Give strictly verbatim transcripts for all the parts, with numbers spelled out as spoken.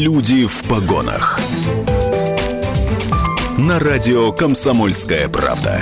Люди в погонах. На радио «Комсомольская правда».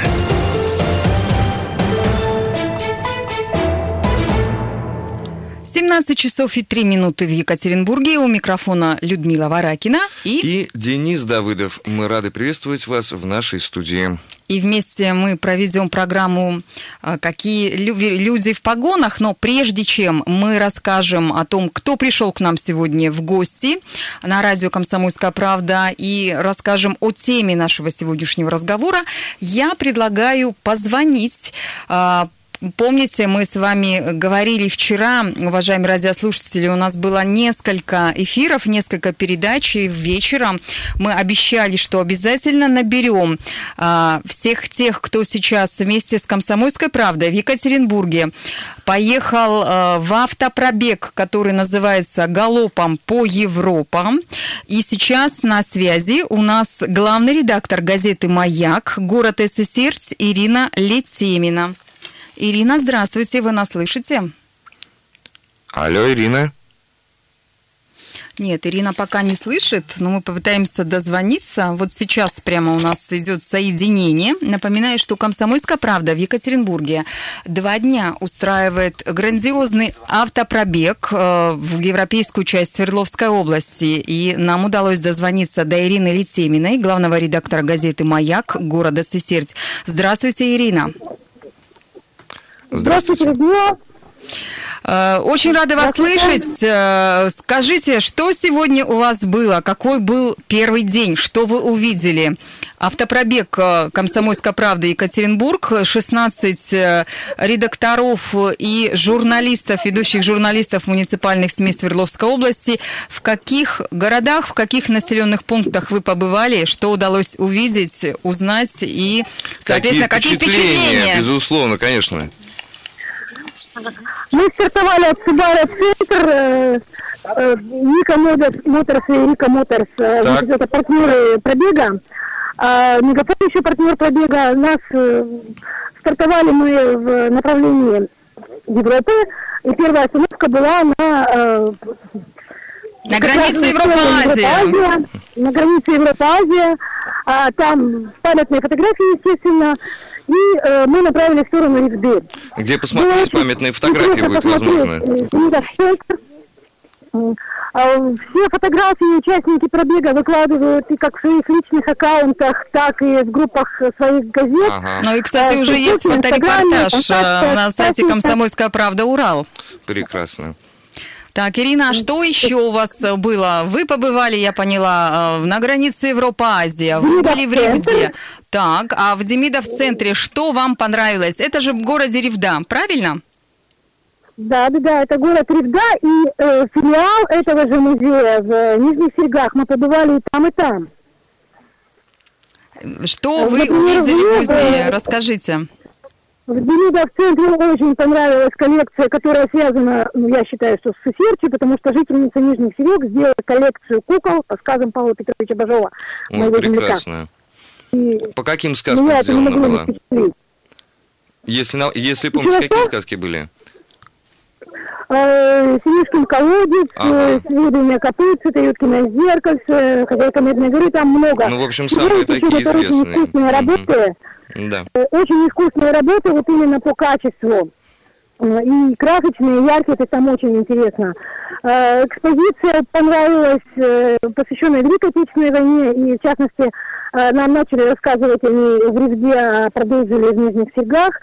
семнадцать часов и три минуты в Екатеринбурге. У микрофона Людмила Варакина и... И Денис Давыдов. Мы рады приветствовать вас в нашей студии. И вместе мы проведем программу «Какие люди в погонах». Но прежде чем мы расскажем о том, кто пришел к нам сегодня в гости на радио «Комсомольская правда», и расскажем о теме нашего сегодняшнего разговора, я предлагаю позвонить. Помните, мы с вами говорили вчера, уважаемые радиослушатели, у нас было несколько эфиров, несколько передач, и вечером мы обещали, что обязательно наберем а, всех тех, кто сейчас вместе с «Комсомольской правдой» в Екатеринбурге поехал а, в автопробег, который называется «Галопом по Европам». И сейчас на связи у нас главный редактор газеты «Маяк», город Эссесердь, Ирина Летемина. Ирина, здравствуйте, вы нас слышите? Алло, Ирина. Нет, Ирина пока не слышит, но мы попытаемся дозвониться. Вот сейчас прямо у нас идет соединение. Напоминаю, что «Комсомольская правда» в Екатеринбурге два дня устраивает грандиозный автопробег в европейскую часть Свердловской области. И нам удалось дозвониться до Ирины Летеминой, главного редактора газеты «Маяк» города Эссесердь. Здравствуйте, Ирина. Здравствуйте, Людмила. Очень рада вас слышать. Скажите, что сегодня у вас было? Какой был первый день? Что вы увидели? Автопробег «Комсомольской правды» Екатеринбург, шестнадцать редакторов и журналистов, ведущих журналистов муниципальных СМИ Свердловской области. В каких городах, в каких населенных пунктах вы побывали? Что удалось увидеть, узнать и, соответственно, какие, какие впечатления? впечатления? Безусловно, конечно. Мы стартовали от Субара Центр, э, э, Ника Моторс и Рика Моторс, э, это партнеры пробега. А Мегафон еще партнер пробега. Нас э, стартовали мы в направлении Европы, и первая остановка была на... Э, на границе Европа-Азия. На границе Европа-Азия. А там памятные фотографии, естественно. И э, мы направились в сторону Рифды. Где посмотреть памятные фотографии будет возможно? Все фотографии участники пробега выкладывают и как в своих личных аккаунтах, так и в группах своих газет. Ага. Ну и, кстати, уже есть фоторепортаж на сайте «Комсомольская правда» Урал. Прекрасно. Так, Ирина, а что еще у вас было? Вы побывали, я поняла, на границе Европа-Азия, вы были в Ревде. Так, а в Демидов-центре что вам понравилось? Это же в городе Ревда, правильно? Да, да, да, это город Ревда, и э, филиал этого же музея в Нижних Серегах. Мы побывали и там, и там. Что вы увидели в музее? Расскажите. В Демидов-центре очень понравилась коллекция, которая связана, ну, я считаю, что с Эссесердью, потому что жительница Нижних Серег сделала коллекцию кукол по сказам Павла Петровича Бажова. Ой, прекрасно. И по каким сказкам сделана была? Если, если помните, Еще какие что? сказки были? Синишкин колодец, ага. Сведения копытца, Таюткино зеркальце, Хозяйка Медной горы, там много. Ну, в общем, самые такие известные. Очень искусные работы. Да. Очень искусные работы вот именно по качеству. И красочные, и яркие, это там очень интересно. Экспозиция понравилась, посвященная Великой Отечественной войне, и в частности нам начали рассказывать они в Ревде, продолжили в Нижних Серегах.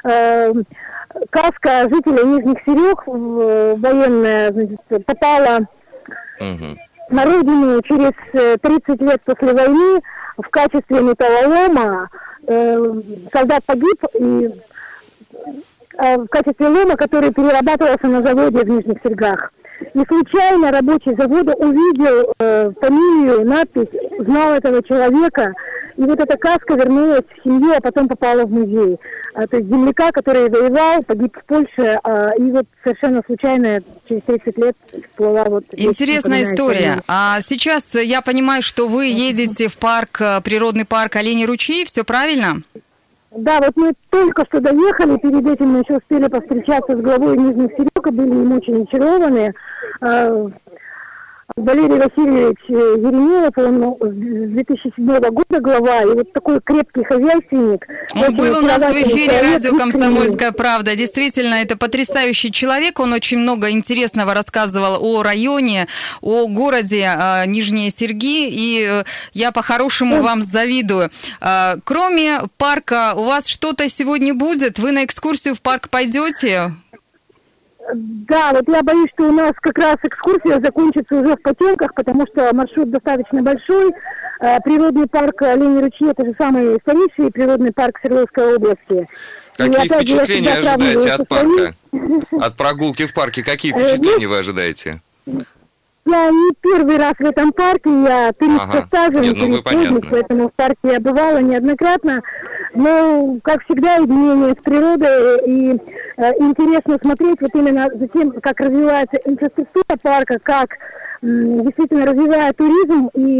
Каска жителей Нижних Серег военная, значит, попала угу. на родину через тридцать лет после войны в качестве металлолома. Солдат погиб и в качестве лома, который перерабатывался на заводе в Нижних Серегах. И случайно рабочий завода увидел э, фамилию, надпись, знал этого человека, и вот эта каска вернулась в семью, а потом попала в музей. А, то есть земляка, который воевал, погиб в Польше, а, и вот совершенно случайно через тридцать лет всплыла вот... Интересная история. А сейчас я понимаю, что вы едете в парк, природный парк Оленей ручей, все правильно? Да, вот мы только что доехали, перед этим мы еще успели повстречаться с главой Нижних Серег, были им очень очарованы. Валерий Васильевич Еремеев, он с две тысячи седьмого года глава, и вот такой крепкий хозяйственник. Он был у нас в эфире радио «Комсомольская правда». Действительно, это потрясающий человек. Он очень много интересного рассказывал о районе, о городе Нижние Серги, и я по-хорошему вам завидую. Кроме парка, у вас что-то сегодня будет? Вы на экскурсию в парк пойдете? Да, вот я боюсь, что у нас как раз экскурсия закончится уже в потемках, потому что маршрут достаточно большой. Природный парк Оленьи ручьи – это же самый старейший природный парк Свердловской области. Какие впечатления ожидаете от парка? От прогулки в парке какие впечатления вы ожидаете? Я не первый раз в этом парке, я турист со стажем, Нет, ну, турист, поэтому в парке я бывала неоднократно. Но, как всегда, единение с природой, и э, интересно смотреть вот именно за тем, как развивается инфраструктура парка, как э, действительно развивает туризм и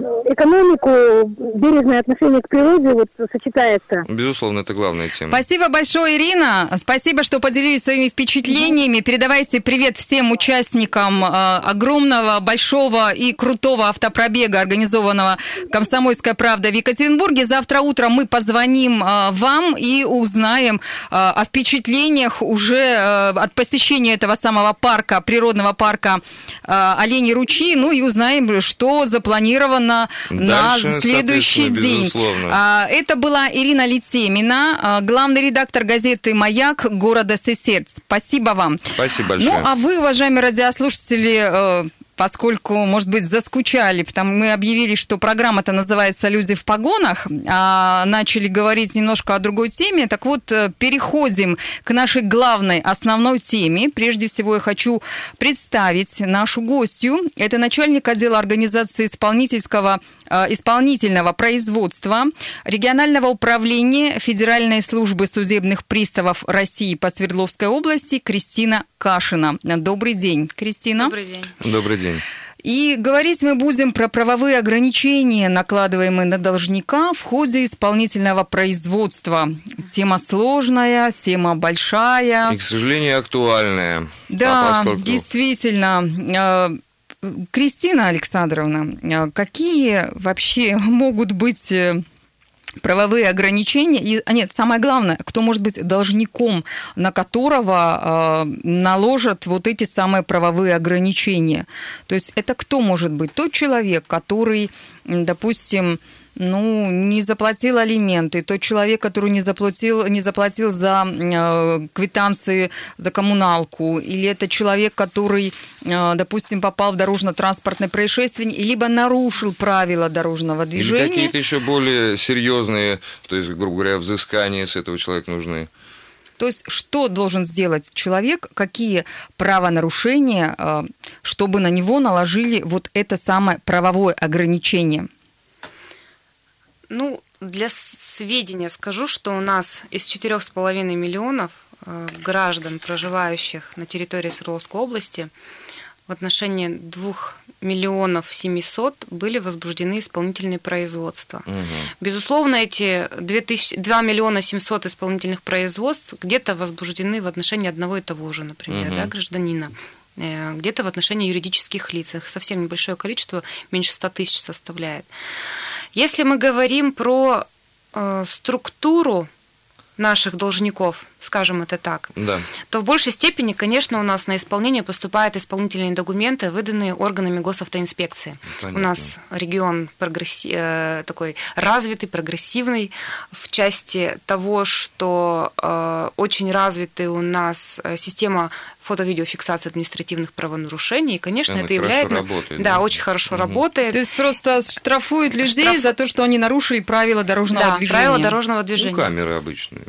экономику, бережное отношение к природе вот сочетается. Безусловно, это главная тема. Спасибо большое, Ирина. Спасибо, что поделились своими впечатлениями. Передавайте привет всем участникам э, огромного, большого и крутого автопробега, организованного «Комсомольская правда» в Екатеринбурге. Завтра утром мы позвоним э, вам и узнаем э, о впечатлениях уже э, от посещения этого самого парка, природного парка э, Оленьи ручьи. Ну и узнаем, что запланировано Дальше, на следующий день. Безусловно. Это была Ирина Литемина, главный редактор газеты «Маяк» города Сесерц. Спасибо вам. Спасибо большое. Ну, а вы, уважаемые радиослушатели, поскольку, может быть, заскучали, потому мы объявили, что программа-то называется «Люди в погонах», а начали говорить немножко о другой теме. Так вот, переходим к нашей главной, основной теме. Прежде всего, я хочу представить нашу гостью. Это начальник отдела организации исполнительского, исполнительного производства регионального управления Федеральной службы судебных приставов России по Свердловской области Кристина Кашина. Добрый день, Кристина. Добрый день. Добрый день. И говорить мы будем про правовые ограничения, накладываемые на должника в ходе исполнительного производства. Тема сложная, тема большая. И, к сожалению, актуальная. Да, а поскольку... действительно. Кристина Александровна, какие вообще могут быть правовые ограничения? И, а нет, самое главное, кто может быть должником, на которого э, наложат вот эти самые правовые ограничения? То есть это кто может быть? Тот человек, который, допустим, ну, не заплатил алименты, тот человек, который не заплатил, не заплатил за э, квитанции за коммуналку, или это человек, который, э, допустим, попал в дорожно-транспортное происшествие, либо нарушил правила дорожного движения. Или какие-то еще более серьезные, то есть, грубо говоря, взыскания с этого человека нужны. То есть что должен сделать человек, какие правонарушения, э, чтобы на него наложили вот это самое правовое ограничение? Ну, для сведения скажу, что у нас из четырёх с половиной миллионов граждан, проживающих на территории Свердловской области, в отношении двух миллионов семисот были возбуждены исполнительные производства. Угу. Безусловно, эти два миллиона семьсот исполнительных производств где-то возбуждены в отношении одного и того же, например, угу. да, гражданина, где-то в отношении юридических лиц. Их совсем небольшое количество, меньше ста тысяч составляет. Если мы говорим про э, структуру наших должников, скажем это так, да. то в большей степени, конечно, у нас на исполнение поступают исполнительные документы, выданные органами госавтоинспекции. Понятно. У нас регион прогресси... такой развитый, прогрессивный в части того, что э, очень развитая у нас система фото-видеофиксации административных правонарушений, и, конечно, Она это является... Работает, да, да, очень хорошо угу. работает. То есть просто штрафуют людей Штраф... за то, что они нарушили правила дорожного да, движения. правила дорожного движения. Ну, камеры обычные.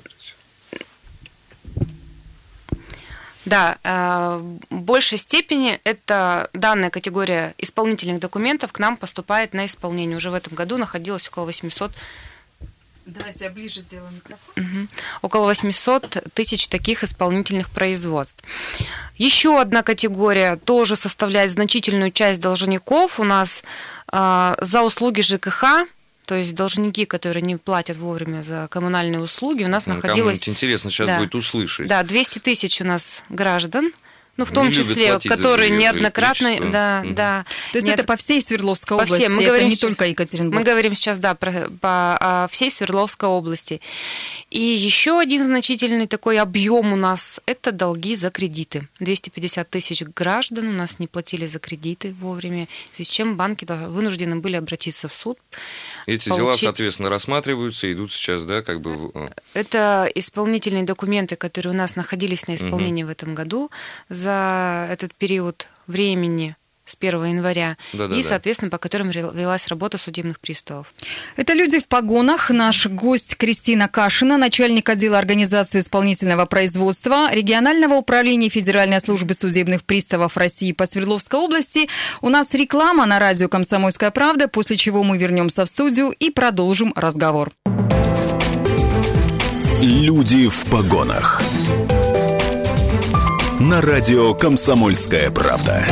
Да, в большей степени это данная категория исполнительных документов к нам поступает на исполнение. Уже в этом году находилось около восемьсот. Давайте я ближе сделаю микрофон. Угу. Около восемьсот тысяч таких исполнительных производств. Еще одна категория тоже составляет значительную часть должников. У нас э, за услуги ЖКХ, то есть должники, которые не платят вовремя за коммунальные услуги, у нас ну, находилось... Кому-нибудь интересно сейчас да, будет услышать. Да, двести тысяч у нас граждан ну, в том не числе, которые неоднократно, да, угу. да. То есть Нет... это по всей Свердловской по области, всем. Мы это говорим не сейчас... только Екатеринбург. Мы говорим сейчас, да, про, по всей Свердловской области. И еще один значительный такой объем у нас – это долги за кредиты. двести пятьдесят тысяч граждан у нас не платили за кредиты вовремя, в связи с чем банки вынуждены были обратиться в суд. Эти получить... дела, соответственно, рассматриваются, идут сейчас, да, как бы... Это исполнительные документы, которые у нас находились на исполнении угу. в этом году за этот период времени с первого января, да, и, да, соответственно, по которым велась работа судебных приставов. Это «Люди в погонах». Наш гость Кристина Кашина, начальник отдела организации исполнительного производства регионального управления Федеральной службы судебных приставов России по Свердловской области. У нас реклама на радио «Комсомольская правда», после чего мы вернемся в студию и продолжим разговор. «Люди в погонах». На радио «Комсомольская правда».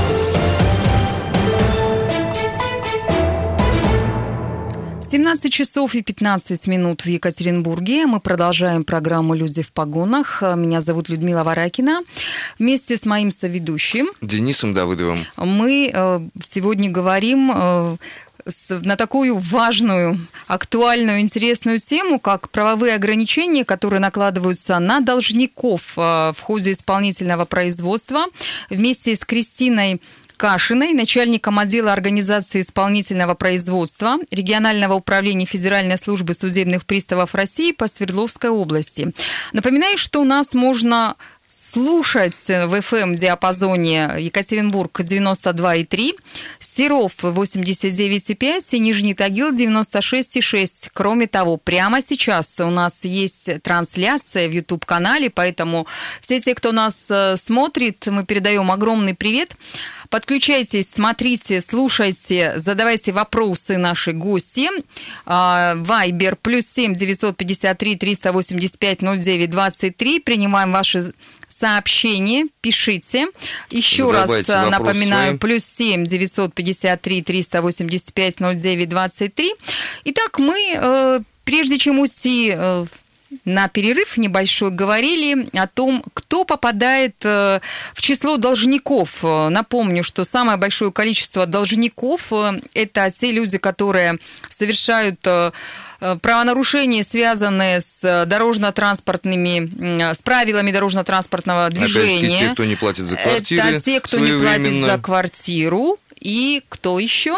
семнадцать часов и пятнадцать минут в Екатеринбурге. Мы продолжаем программу «Люди в погонах». Меня зовут Людмила Варакина. Вместе с моим соведущим Денисом Давыдовым мы сегодня говорим на такую важную, актуальную, интересную тему, как правовые ограничения, которые накладываются на должников в ходе исполнительного производства. Вместе с Кристиной Кашиной, начальником отдела организации исполнительного производства регионального управления Федеральной службы судебных приставов России по Свердловской области. Напоминаю, что у нас можно слушать в эф эм-диапазоне Екатеринбург девяносто два и три, Серов восемьдесят девять и пять и Нижний Тагил девяносто шесть и шесть. Кроме того, прямо сейчас у нас есть трансляция в YouTube-канале, поэтому все те, кто нас смотрит, мы передаем огромный привет. Подключайтесь, смотрите, слушайте, задавайте вопросы нашей гости. Вайбер плюс семь девятьсот пятьдесят три триста восемьдесят пять ноль девять двадцать три. Принимаем ваши сообщения, пишите. Еще Задавайте раз напоминаю, свои. плюс семь девятьсот пятьдесят три триста восемьдесят пять ноль девять двадцать три. Итак, мы, прежде чем уйти на перерыв небольшой, говорили о том, кто попадает в число должников. Напомню, что самое большое количество должников – это те люди, которые совершают правонарушения, связанные с дорожно-транспортными, с правилами дорожно-транспортного движения. Опять-таки, те, кто не платит за квартиру. Это те, кто не платит за квартиру. И кто еще?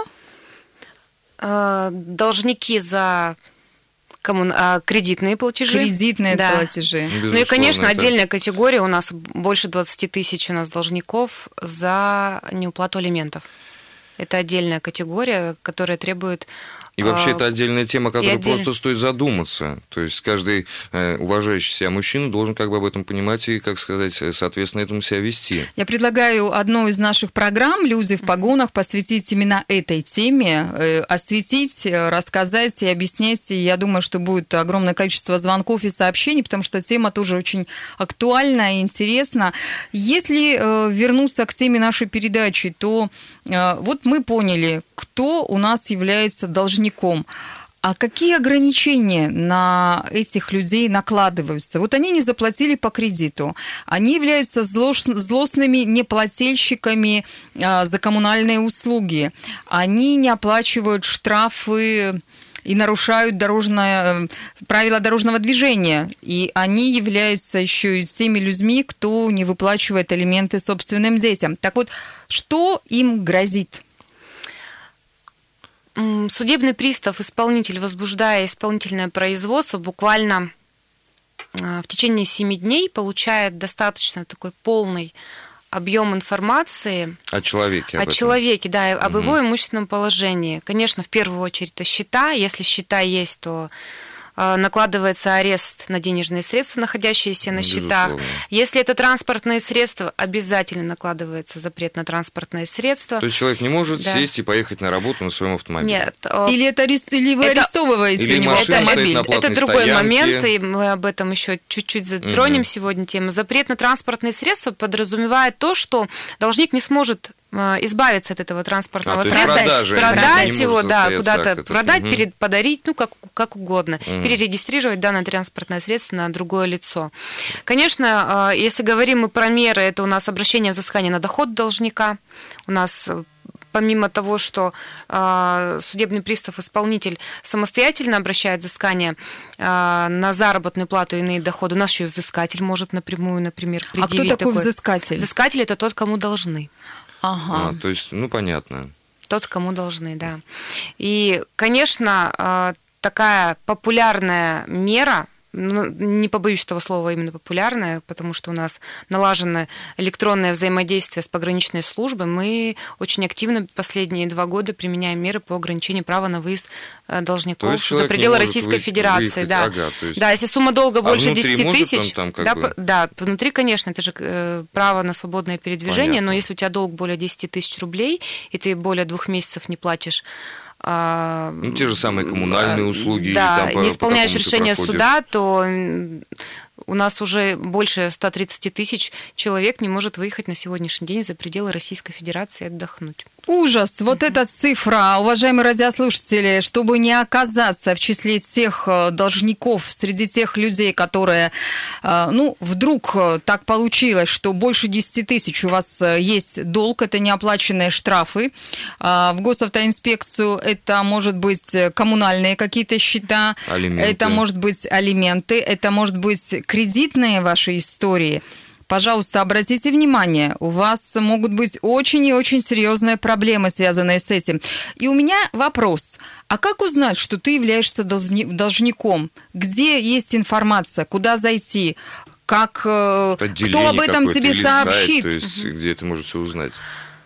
Должники за... Коммун... кредитные платежи. Кредитные да. платежи. Безусловно, ну и, конечно, это... отдельная категория. У нас больше двадцать тысяч у нас должников за неуплату алиментов. Это отдельная категория, которая требует... И вообще это отдельная тема, о которой отдель... просто стоит задуматься. То есть каждый уважающий себя мужчина должен как бы об этом понимать и, как сказать, соответственно, этому себя вести. Я предлагаю одну из наших программ «Люди в погонах» посвятить именно этой теме, осветить, рассказать и объяснять. И я думаю, что будет огромное количество звонков и сообщений, потому что тема тоже очень актуальна и интересна. Если вернуться к теме нашей передачи, то вот мы поняли, кто у нас является должником. А какие ограничения на этих людей накладываются? Вот они не заплатили по кредиту, они являются злостными неплательщиками за коммунальные услуги, они не оплачивают штрафы и нарушают дорожное, правила дорожного движения, и они являются еще и теми людьми, кто не выплачивает алименты собственным детям. Так вот, что им грозит? Судебный пристав, исполнитель, возбуждая исполнительное производство, буквально в течение семи дней получает достаточно такой полный объем информации о человеке, о человеке, да, об угу. его имущественном положении. Конечно, в первую очередь это счета. Если счета есть, то накладывается арест на денежные средства, находящиеся на Безусловно. счетах. Если это транспортные средства, обязательно накладывается запрет на транспортные средства. То есть человек не может да. сесть и поехать на работу на своем автомобиле? Нет. Или, это, или вы это, арестовываете или у него автомобиль? Это другой стоянке. момент, и мы об этом еще чуть-чуть затронем угу. сегодня тему. Запрет на транспортные средства подразумевает то, что должник не сможет избавиться от этого транспортного а, средства, продажи, продать его, да, куда-то этот, продать, угу. перед, подарить, ну, как, как угодно, угу. перерегистрировать данное транспортное средство на другое лицо. Конечно, если говорим мы про меры, это у нас обращение взыскания на доход должника. У нас помимо того, что э, судебный пристав-исполнитель самостоятельно обращает взыскание э, на заработную плату и иные доходы, у нас еще и взыскатель может напрямую, например, предъявить. А кто такой такое. взыскатель? Взыскатель – это тот, кому должны. Ага. А, то есть, ну, понятно. Тот, кому должны, да. И, конечно, э, такая популярная мера, ну, не побоюсь этого слова, именно популярное, потому что у нас налажено электронное взаимодействие с пограничной службой. Мы очень активно последние два года применяем меры по ограничению права на выезд должников за пределы Российской Федерации. Да. Ага, есть... да, если сумма долга больше а десяти тысяч, он там как да, бы... да, внутри, конечно, это же право на свободное передвижение, Понятно. Но если у тебя долг более десяти тысяч рублей, и ты более двух месяцев не платишь, ну, те же самые коммунальные услуги. Да, там, не исполняешь решение проходишь. суда, то у нас уже больше ста тридцати тысяч человек не может выехать на сегодняшний день за пределы Российской Федерации и отдохнуть. Ужас! Вот эта цифра, уважаемые радиослушатели, чтобы не оказаться в числе тех должников, среди тех людей, которые, ну, вдруг так получилось, что больше десяти тысяч у вас есть долг, это неоплаченные штрафы в госавтоинспекцию, это может быть коммунальные какие-то счета, алименты. Это может быть алименты, это может быть кредитные ваши истории. Пожалуйста, обратите внимание, у вас могут быть очень и очень серьезные проблемы, связанные с этим. И у меня вопрос. А как узнать, что ты являешься должником? Где есть информация? Куда зайти? Как, кто об этом тебе сообщит? Сайт, то есть, где это можно все узнать?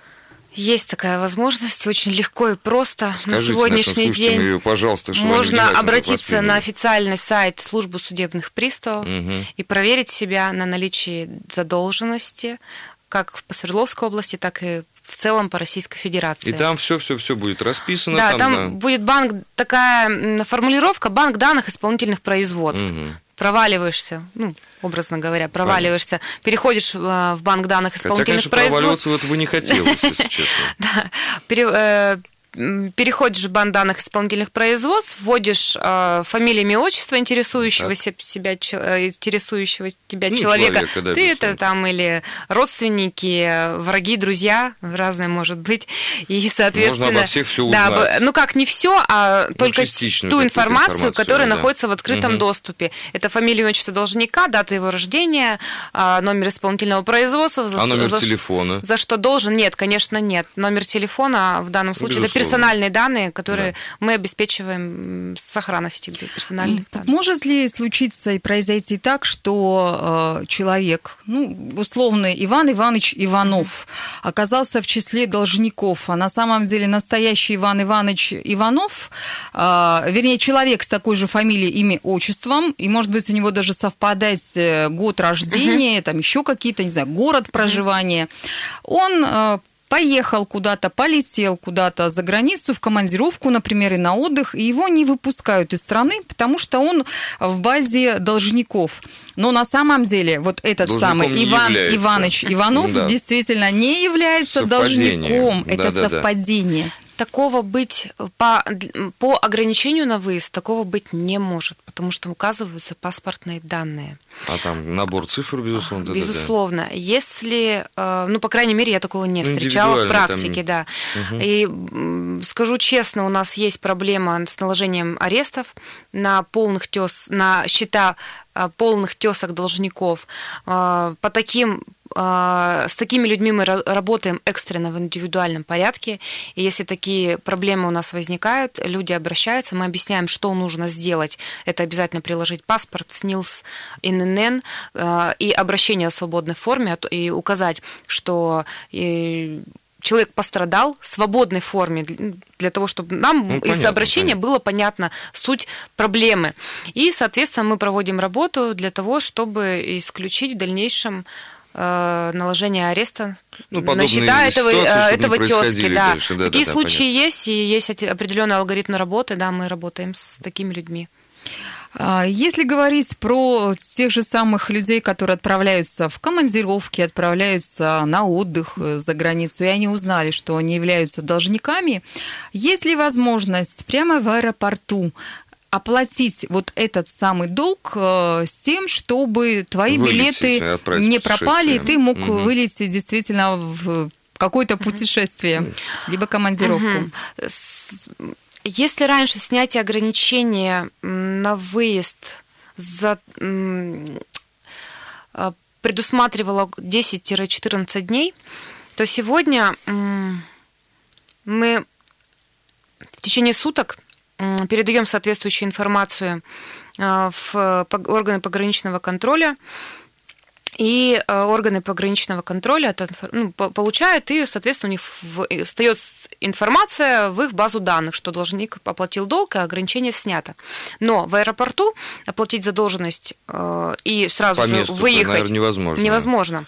Есть такая возможность, очень легко и просто. Скажите на сегодняшний день ее, пожалуйста, можно обратиться на официальный сайт службы судебных приставов угу. и проверить себя на наличие задолженности, как по Свердловской области, так и в целом по Российской Федерации. И там все-все-все будет расписано. Да, там, там да. будет банк, такая формулировка, банк данных исполнительных производств. Угу. Проваливаешься, ну, образно говоря, проваливаешься, Понятно. Переходишь в банк данных исполнительных Хотя, конечно, производств. проваливаться в это бы не хотелось, если честно. Да, пере, переходишь в банк данных исполнительных производств, вводишь э, фамилию, имя, отчество интересующегося себя, интересующего тебя ну, человека. человека да, Ты это там или родственники, враги, друзья, разное может быть. И, соответственно, можно обо всех все узнать. Да, ну как не все, а ну, только ту информацию, информацию, которая да. находится в открытом угу. доступе. Это фамилия, имя, отчество должника, дата его рождения, номер исполнительного производства. За, а номер за, телефона? За что должен? Нет, конечно, нет. Номер телефона в данном случае Безусловно. Это персональные данные, которые да. мы обеспечиваем сохранность этих персональных данных. Может ли случиться и произойти так, что э, человек, ну, условный Иван Иванович Иванов, mm-hmm. оказался в числе должников, а на самом деле настоящий Иван Иванович Иванов, э, вернее, человек с такой же фамилией, имя, отчеством, и, может быть, у него даже совпадать год рождения, mm-hmm. там еще какие-то, не знаю, город проживания, mm-hmm. он э, поехал куда-то, полетел куда-то за границу, в командировку, например, и на отдых, и его не выпускают из страны, потому что он в базе должников. Но на самом деле вот этот должником самый Иван Иванович Иванов да. действительно не является должником. Да, это да, совпадение. Да. Такого быть по, по ограничению на выезд, такого быть не может, потому что указываются паспортные данные. А там набор цифр, безусловно. Безусловно. Да, да. Если, ну, по крайней мере, я такого не ну, встречала в практике, там... да. Угу. И скажу честно, у нас есть проблема с наложением арестов на полных тёс, на счета полных тёсок должников. По таким с такими людьми мы работаем экстренно в индивидуальном порядке, и если такие проблемы у нас возникают, люди обращаются, мы объясняем, что нужно сделать. Это обязательно приложить паспорт, СНИЛС, эн эн эн и обращение в свободной форме, и указать, что человек пострадал в свободной форме, для того, чтобы нам ну, из понятно, обращения понятно. Было понятно суть проблемы. И, соответственно, мы проводим работу для того, чтобы исключить в дальнейшем наложение ареста ну, на счета этого, этого тезки. Да. Да, Такие да, случаи понятно. Есть, и есть определенный алгоритм работы, да, мы работаем с такими людьми. Если говорить про тех же самых людей, которые отправляются в командировки, отправляются на отдых за границу, и они узнали, что они являются должниками, есть ли возможность прямо в аэропорту оплатить вот этот самый долг с тем, чтобы твои вылететь, билеты не пропали, и ты мог угу. вылететь действительно в какое-то путешествие, угу. либо командировку. Угу. Если раньше снятие ограничения на выезд за, предусматривало десять-четырнадцать дней, то сегодня мы в течение суток передаем соответствующую информацию в органы пограничного контроля, и органы пограничного контроля это, ну, получают, и, соответственно, у них встает информация в их базу данных, что должник оплатил долг, и ограничение снято. Но в аэропорту оплатить задолженность и сразу По же месту, выехать наверное, невозможно. невозможно.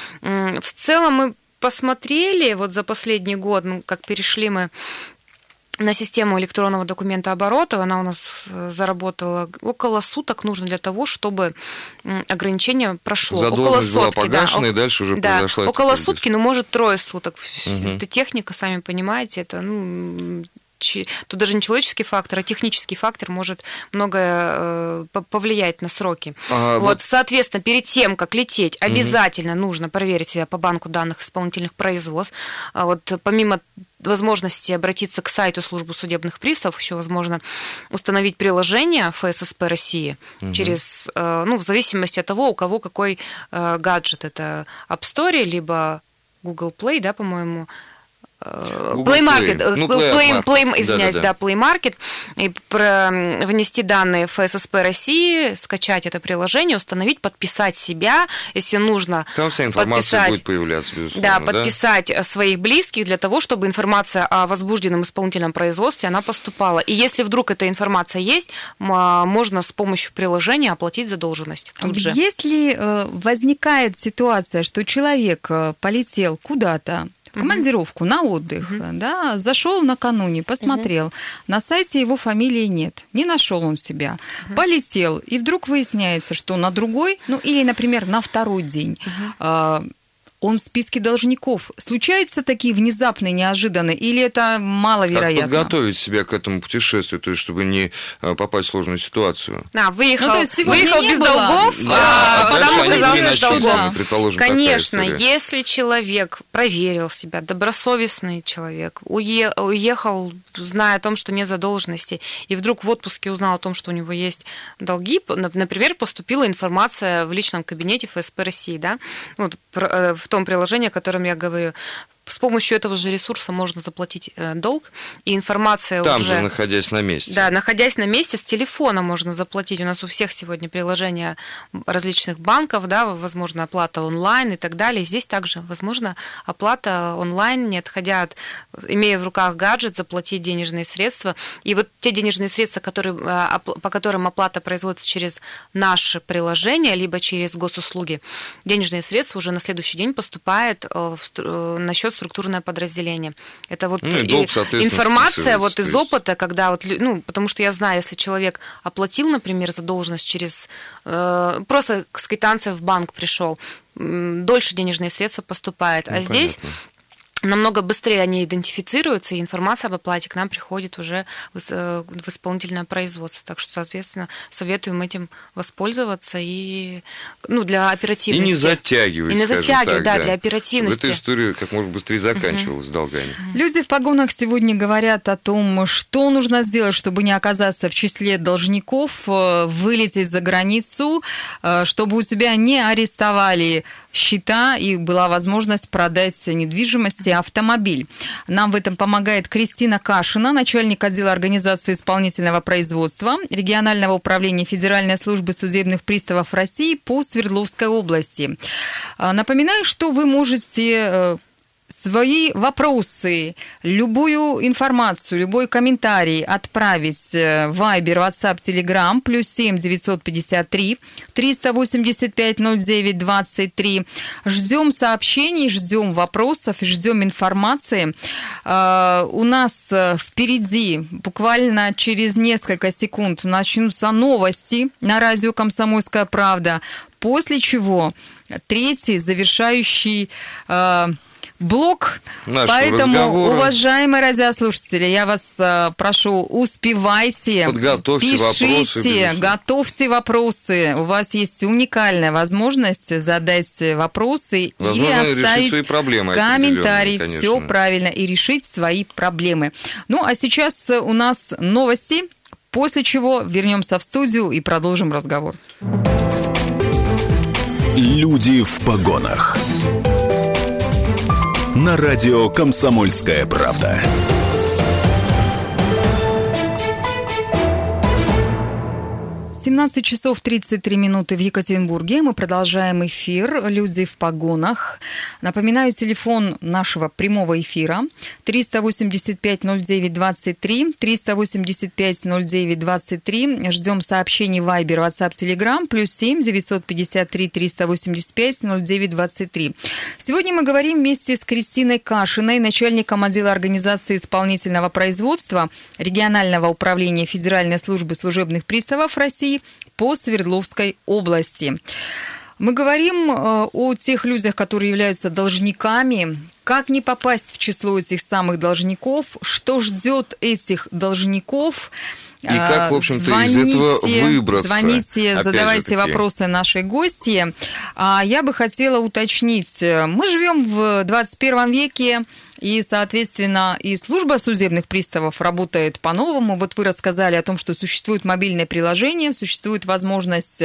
В целом мы посмотрели вот за последний год, ну, как перешли мы на систему электронного документа оборота, она у нас заработала около суток, нужно для того, чтобы ограничение прошло. Задолженность около была сутки, погашена, да, и дальше уже да, произошла... около сутки, ну, может, трое суток. Угу. Это техника, сами понимаете, это, ну... Тут даже не человеческий фактор, а технический фактор может многое повлиять на сроки. Ага, вот, вот, соответственно, перед тем, как лететь, обязательно угу. нужно проверить себя по банку данных исполнительных производств. Вот, помимо возможности обратиться к сайту службы судебных приставов, еще возможно установить приложение эф эс эс пэ России угу. через, ну, в зависимости от того, у кого какой гаджет. Это App Store, либо Google Play, да, по-моему, Play Market, ну, Play, Play, Play, извиняюсь, да, да, да. Play Market, и про, внести данные в эф эс эс пэ России, скачать это приложение, установить, подписать себя, если нужно. Там вся информация будет появляться, безусловно. Да, подписать да? своих близких для того, чтобы информация о возбужденном исполнительном производстве, она поступала. И если вдруг эта информация есть, можно с помощью приложения оплатить задолженность тут же. Если возникает ситуация, что человек полетел куда-то, в командировку, uh-huh. на отдых, uh-huh. да, зашел накануне, посмотрел, uh-huh. на сайте его фамилии нет, не нашел он себя, uh-huh. полетел, и вдруг выясняется, что на другой, ну или, например, на второй день uh-huh. он в списке должников. Случаются такие внезапные, неожиданные, или это маловероятно? Как подготовить себя к этому путешествию, то есть чтобы не попасть в сложную ситуацию? А, выехал, ну, то есть выехал без было. долгов, да, а потом оказался без долгов. Да. Предположим, конечно, если человек проверил себя, добросовестный человек, уехал, зная о том, что нет задолженности, и вдруг в отпуске узнал о том, что у него есть долги, например, поступила информация в личном кабинете эф эс пэ России, да, вот, в том приложении, о котором я говорю. С помощью этого же ресурса можно заплатить долг, и информация Там уже... Там же, находясь на месте. Да, находясь на месте, с телефона можно заплатить. У нас у всех сегодня приложения различных банков, да, возможно, оплата онлайн и так далее. Здесь также возможно оплата онлайн, не отходя от, имея в руках гаджет, заплатить денежные средства. И вот те денежные средства, которые, по которым оплата производится через наше приложение, либо через госуслуги, денежные средства уже на следующий день поступают на счет структурное подразделение. Это вот ну, и долг, информация вот из опыта, когда вот, ну, потому что я знаю, если человек оплатил, например, задолженность через э, просто с квитанцией в банк пришел, дольше денежные средства поступают, ну, а здесь намного быстрее они идентифицируются, и информация об оплате к нам приходит уже в исполнительное производство. Так что, соответственно, советуем этим воспользоваться и, ну, для оперативности. И не затягивать, И не затягивать, так, да, да, для оперативности. Эта история как можно быстрее заканчивалась uh-huh. с долгами. Люди в погонах сегодня говорят о том, что нужно сделать, чтобы не оказаться в числе должников, вылететь за границу, чтобы у тебя не арестовали счета и была возможность продать недвижимость и автомобиль. Нам в этом помогает Кристина Кашина, начальник отдела организации исполнительного производства регионального управления Федеральной службы судебных приставов России по Свердловской области. Напоминаю, что вы можете свои вопросы, любую информацию, любой комментарий отправить в Viber, WhatsApp, Telegram, плюс семь девятьсот пятьдесят три триста восемьдесят пять ноль девять двадцать три. Ждем сообщений, ждем вопросов, ждем информации. У нас впереди буквально через несколько секунд начнутся новости на радио «Комсомольская правда», после чего третий завершающий э, блок. Нашего Поэтому, разговора. Уважаемые радиослушатели, я вас э, прошу, успевайте, подготовьте пишите, вопросы, готовьте вопросы. У вас есть уникальная возможность задать вопросы, возможно, или оставить свои проблемы, комментарий. Все правильно, и решить свои проблемы. Ну, а сейчас у нас новости, после чего вернемся в студию и продолжим разговор. Люди в погонах. На радио «Комсомольская правда». семнадцать часов тридцать три минуты в Екатеринбурге. Мы продолжаем эфир «Люди в погонах». Напоминаю, телефон нашего прямого эфира триста восемьдесят пять ноль девять двадцать три, триста восемьдесят пять ноль девять двадцать три. Ждем сообщений в Viber, WhatsApp, Telegram, плюс семь девятьсот пятьдесят три триста восемьдесят пять ноль девять двадцать три. Сегодня мы говорим вместе с Кристиной Кашиной, начальником отдела организации исполнительного производства регионального управления Федеральной службы служебных приставов России по Свердловской области. Мы говорим о тех людях, которые являются должниками, как не попасть в число этих самых должников, что ждет этих должников. И как, в общем-то, звоните, из этого выбраться. Звоните, задавайте вопросы нашей гости. А я бы хотела уточнить, мы живем в двадцать первом веке, и, соответственно, и служба судебных приставов работает по-новому. Вот вы рассказали о том, что существует мобильное приложение, существует возможность,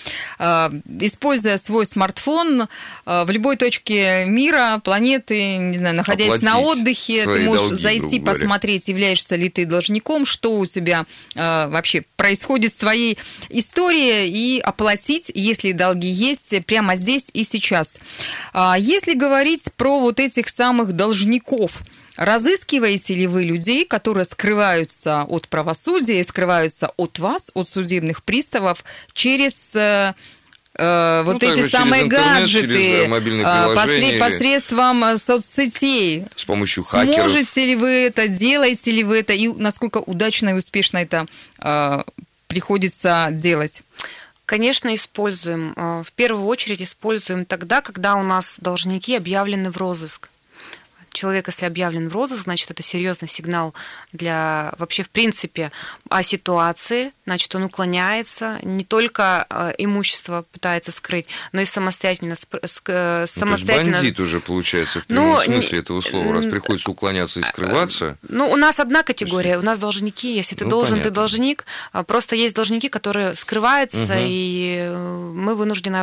используя свой смартфон, в любой точке мира, планеты, не знаю, находясь оплатить на отдыхе, ты можешь долги, зайти, посмотреть, являешься ли ты должником, что у тебя вообще происходит с твоей историей, и оплатить, если долги есть, прямо здесь и сейчас. Если говорить про вот этих самых должников, разыскиваете ли вы людей, которые скрываются от правосудия, скрываются от вас, от судебных приставов, через э, э, вот ну, эти самые интернет, гаджеты, послед, посредством соцсетей? С помощью хакеров. Сможете ли вы это, делаете ли вы это, и насколько удачно и успешно это э, приходится делать? Конечно, используем. В первую очередь используем тогда, когда у нас должники объявлены в розыск. Человек, если объявлен в розыск, значит, это серьезный сигнал для вообще, в принципе, о ситуации. Значит, он уклоняется, не только имущество пытается скрыть, но и самостоятельно... самостоятельно... Ну, то есть бандит уже, получается, в прямом ну, смысле этого слова, раз приходится уклоняться и скрываться. Ну, у нас одна категория, у нас должники. Если ты ну, должен, понятно. Ты должник. Просто есть должники, которые скрываются, угу. и мы вынуждены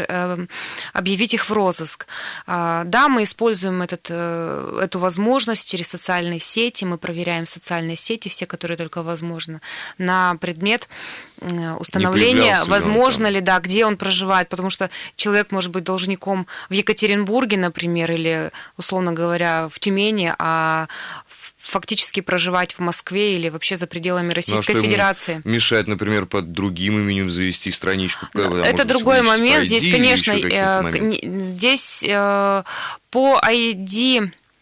объявить их в розыск. Да, мы используем этот... эту возможность через социальные сети. Мы проверяем социальные сети, все, которые только возможно, на предмет установления, возможно ли, да, где он проживает, потому что человек может быть должником в Екатеринбурге, например, или, условно говоря, в Тюмени, а фактически проживать в Москве или вообще за пределами Российской ну, а Федерации. Мешает, например, под другим именем завести страничку. Это другой момент. Здесь, конечно, здесь по ай ди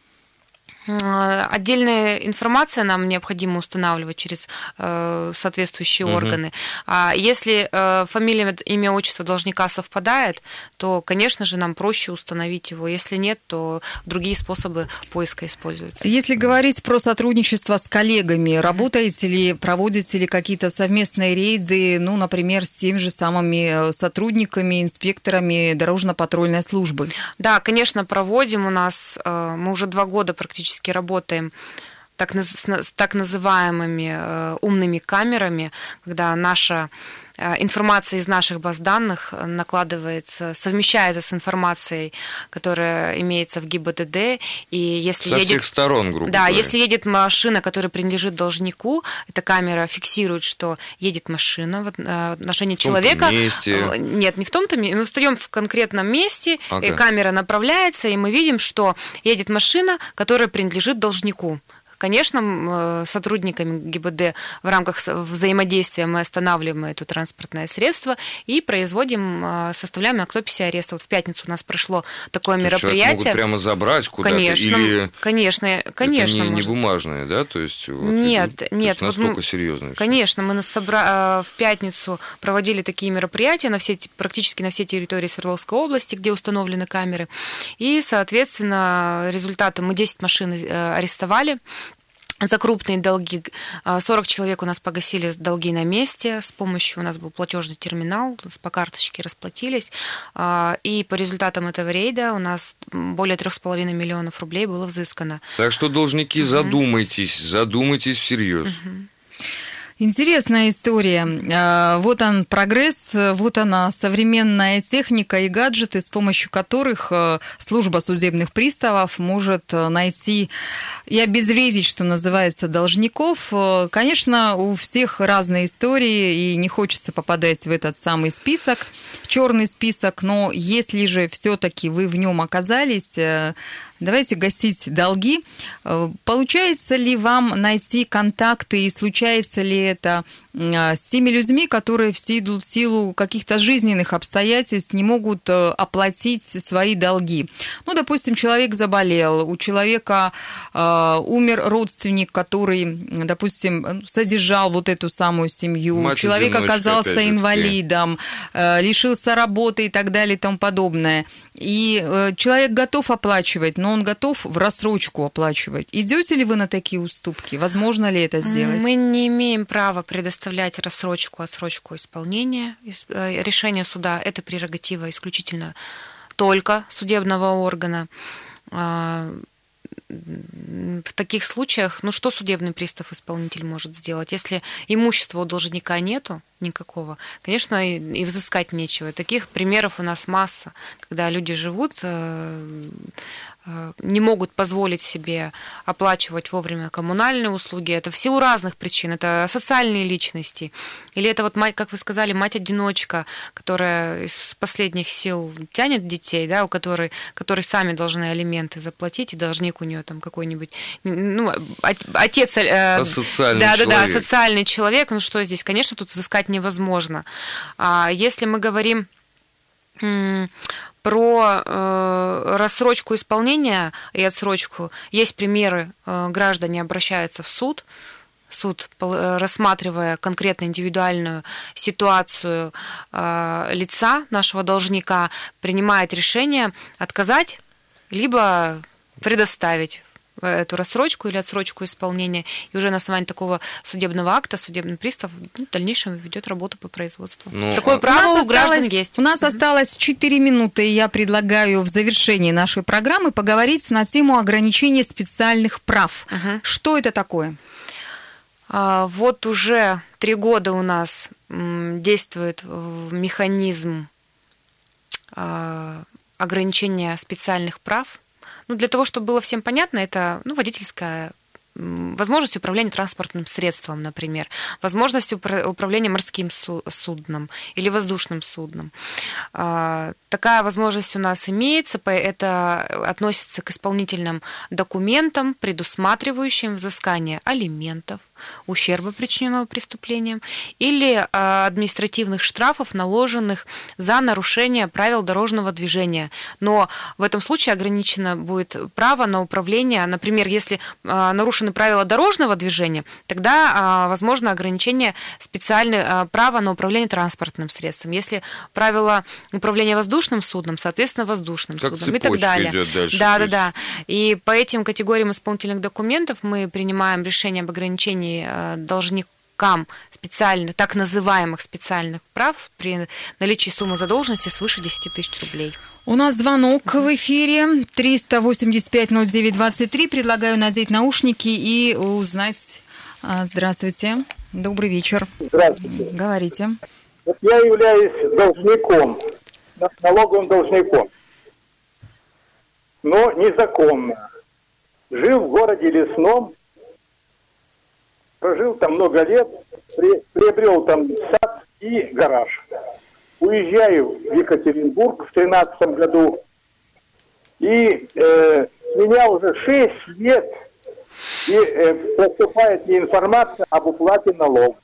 отдельная информация нам необходимо устанавливать через э, соответствующие угу. органы. А если э, фамилия, имя, отчество должника совпадает, то, конечно же, нам проще установить его. Если нет, то другие способы поиска используются. Если говорить про сотрудничество с коллегами, работаете ли, проводите ли какие-то совместные рейды, ну, например, с теми же самыми сотрудниками, инспекторами дорожно-патрульной службы? Да, конечно, проводим. У нас, э, мы уже два года практически работаем так, с так называемыми умными камерами, когда наша информация из наших баз данных накладывается, совмещается с информацией, которая имеется в ГИБДД. И если Со едет, всех сторон, грубо да, говоря. если едет машина, которая принадлежит должнику, эта камера фиксирует, что едет машина в отношении в том-то человека. месте. Нет, не в том-то месте. Мы встаем в конкретном месте, ага. и камера направляется, и мы видим, что едет машина, которая принадлежит должнику. Конечно, сотрудниками ГИБДД в рамках взаимодействия мы останавливаем это транспортное средство и производим, составляем на автописи ареста. Вот в пятницу у нас прошло такое то мероприятие. Могут прямо забрать куда-то? Конечно, или конечно, конечно. Это не, не может. бумажное, да? То есть, вот, нет, то нет. есть настолько вот, серьезно. Конечно, мы собра... в пятницу проводили такие мероприятия на все, практически на всей территории Свердловской области, где установлены камеры. И, соответственно, результаты мы десять машин арестовали. За крупные долги сорок человек у нас погасили долги на месте. С помощью у нас был платежный терминал, по карточке расплатились. И по результатам этого рейда у нас более трех с половиной миллионов рублей было взыскано. Так что, должники, угу. задумайтесь, задумайтесь всерьез. Угу. Интересная история. Вот он прогресс, вот она современная техника и гаджеты, с помощью которых служба судебных приставов может найти и обезвредить, что называется, должников. Конечно, у всех разные истории, и не хочется попадать в этот самый список, черный список, но если же все-таки вы в нем оказались, давайте гасить долги. Получается ли вам найти контакты и случается ли это с теми людьми, которые в силу, в силу каких-то жизненных обстоятельств не могут оплатить свои долги? Ну, допустим, человек заболел, у человека э, умер родственник, который, допустим, содержал вот эту самую семью, Мать человек оказался инвалидом, э, лишился работы и так далее и тому подобное. И э, человек готов оплачивать, но он готов в рассрочку оплачивать. Идете ли вы на такие уступки? Возможно ли это сделать? Мы не имеем права предоставлять рассрочку, отсрочку исполнения. Решение суда – это прерогатива исключительно только судебного органа. В таких случаях, ну что судебный пристав-исполнитель может сделать? Если имущества у должника нету никакого, конечно, и, и взыскать нечего. Таких примеров у нас масса, когда люди живут, не могут позволить себе оплачивать вовремя коммунальные услуги. Это в силу разных причин. Это социальные личности. Или это вот, мать, как вы сказали, мать-одиночка, которая из последних сил тянет детей, да, у которой, которые сами должны алименты заплатить, и должник у нее там какой-нибудь, ну, отец... Асоциальный да, человек. Да, да, социальный человек. Ну что здесь? Конечно, тут взыскать невозможно. А если мы говорим про э, рассрочку исполнения и отсрочку, есть примеры, э, граждане обращаются в суд, суд, рассматривая конкретно индивидуальную ситуацию э, лица нашего должника, принимает решение отказать, либо предоставить эту рассрочку или отсрочку исполнения, и уже на основании такого судебного акта судебный пристав ну, в дальнейшем ведет работу по производству. Ну, такое право у, у граждан осталось, есть. У нас mm-hmm. осталось четыре минуты, и я предлагаю в завершении нашей программы поговорить на тему ограничения специальных прав. Uh-huh. Что это такое? А, вот уже три года у нас действует механизм а, ограничения специальных прав. Ну, для того, чтобы было всем понятно, это ну, водительская возможность управления транспортным средством, например, возможность управления морским судном или воздушным судном. Такая возможность у нас имеется, это относится к исполнительным документам, предусматривающим взыскание алиментов, ущерба, причиненного преступлением, или административных штрафов, наложенных за нарушение правил дорожного движения. Но в этом случае ограничено будет право на управление. Например, если нарушены правила дорожного движения, тогда возможно ограничение специального права на управление транспортным средством. Если правила управления воздушным судном, соответственно, воздушным как судном и так далее. Идет дальше, да, да, да. И по этим категориям исполнительных документов мы принимаем решение об ограничении должникам специальных, так называемых специальных прав при наличии суммы задолженности свыше десять тысяч рублей. У нас звонок в эфире триста восемьдесят пять ноль девять двадцать три. Предлагаю надеть наушники и узнать. Здравствуйте. Добрый вечер. Здравствуйте. Говорите. Вот я являюсь должником, налоговым должником, но незаконно. Жил в городе Лесном, прожил там много лет, при, приобрел там сад и гараж. Уезжаю в Екатеринбург в тринадцатом году, и э, с меня уже шесть лет и, э, поступает мне информация об уплате налогов.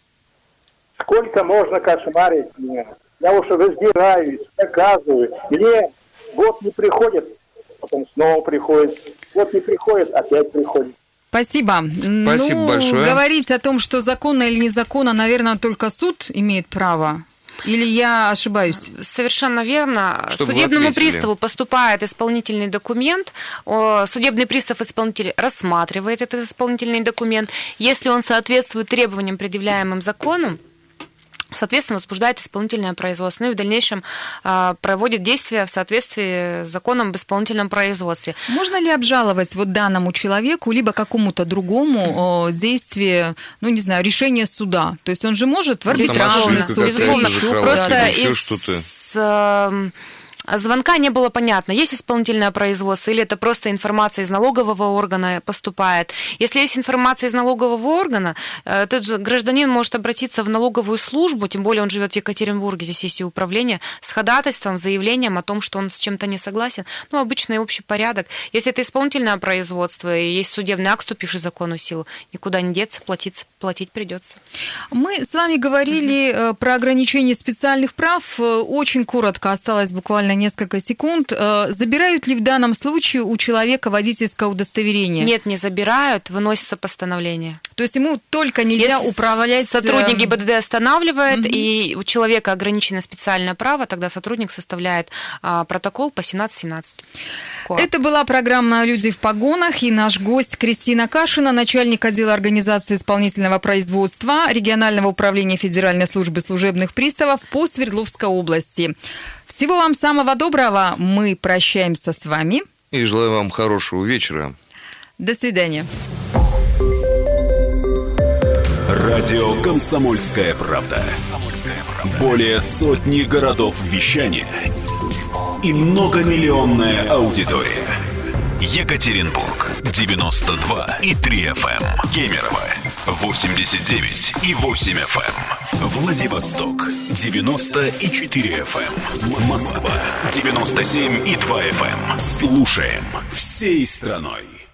Сколько можно кошмарить меня? Я уже разбираюсь, доказываю. Мне год не приходит, потом снова приходит. Год не приходит, опять приходит. Спасибо. Спасибо ну, большое. Говорить о том, что законно или незаконно, наверное, только суд имеет право. Или я ошибаюсь? Совершенно верно. Чтобы Судебному приставу поступает исполнительный документ. Судебный пристав-исполнитель рассматривает этот исполнительный документ. Если он соответствует требованиям, предъявляемым законом, соответственно, возбуждает исполнительное производство, ну и в дальнейшем э, проводит действия в соответствии с законом об исполнительном производстве. Можно ли обжаловать вот данному человеку, либо какому-то другому э, действие, ну, не знаю, решение суда? То есть он же может в арбитражный суд или еще просто из э, звонка не было понятно, есть исполнительное производство или это просто информация из налогового органа поступает. Если есть информация из налогового органа, этот же гражданин может обратиться в налоговую службу, тем более он живет в Екатеринбурге, здесь есть и управление, с ходатайством, заявлением о том, что он с чем-то не согласен. Ну, обычный общий порядок. Если это исполнительное производство и есть судебный акт, вступивший в законную силу, никуда не деться, платить, платить придется. Мы с вами говорили mm-hmm. про ограничение специальных прав. Очень коротко, осталось буквально несколько секунд. Забирают ли в данном случае у человека водительское удостоверение? Нет, не забирают, выносится постановление. То есть ему только нельзя Если управлять... Сотрудник ГИБДД останавливает, угу. и у человека ограничено специальное право, тогда сотрудник составляет а, протокол по семнадцать семнадцать. Это была программа «Люди в погонах», и наш гость Кристина Кашина, начальник отдела организации исполнительного производства регионального управления Федеральной службы служебных приставов по Свердловской области. Всего вам самого доброго. Мы прощаемся с вами. И желаю вам хорошего вечера. До свидания. Радио «Комсомольская правда». Более сотни городов вещания и многомиллионная аудитория. Екатеринбург девяносто два и три эф эм, Кемерово восемьдесят девять и восемь эф эм, Владивосток девяносто и четыре эф эм, Москва девяносто семь и два эф эм. Слушаем всей страной.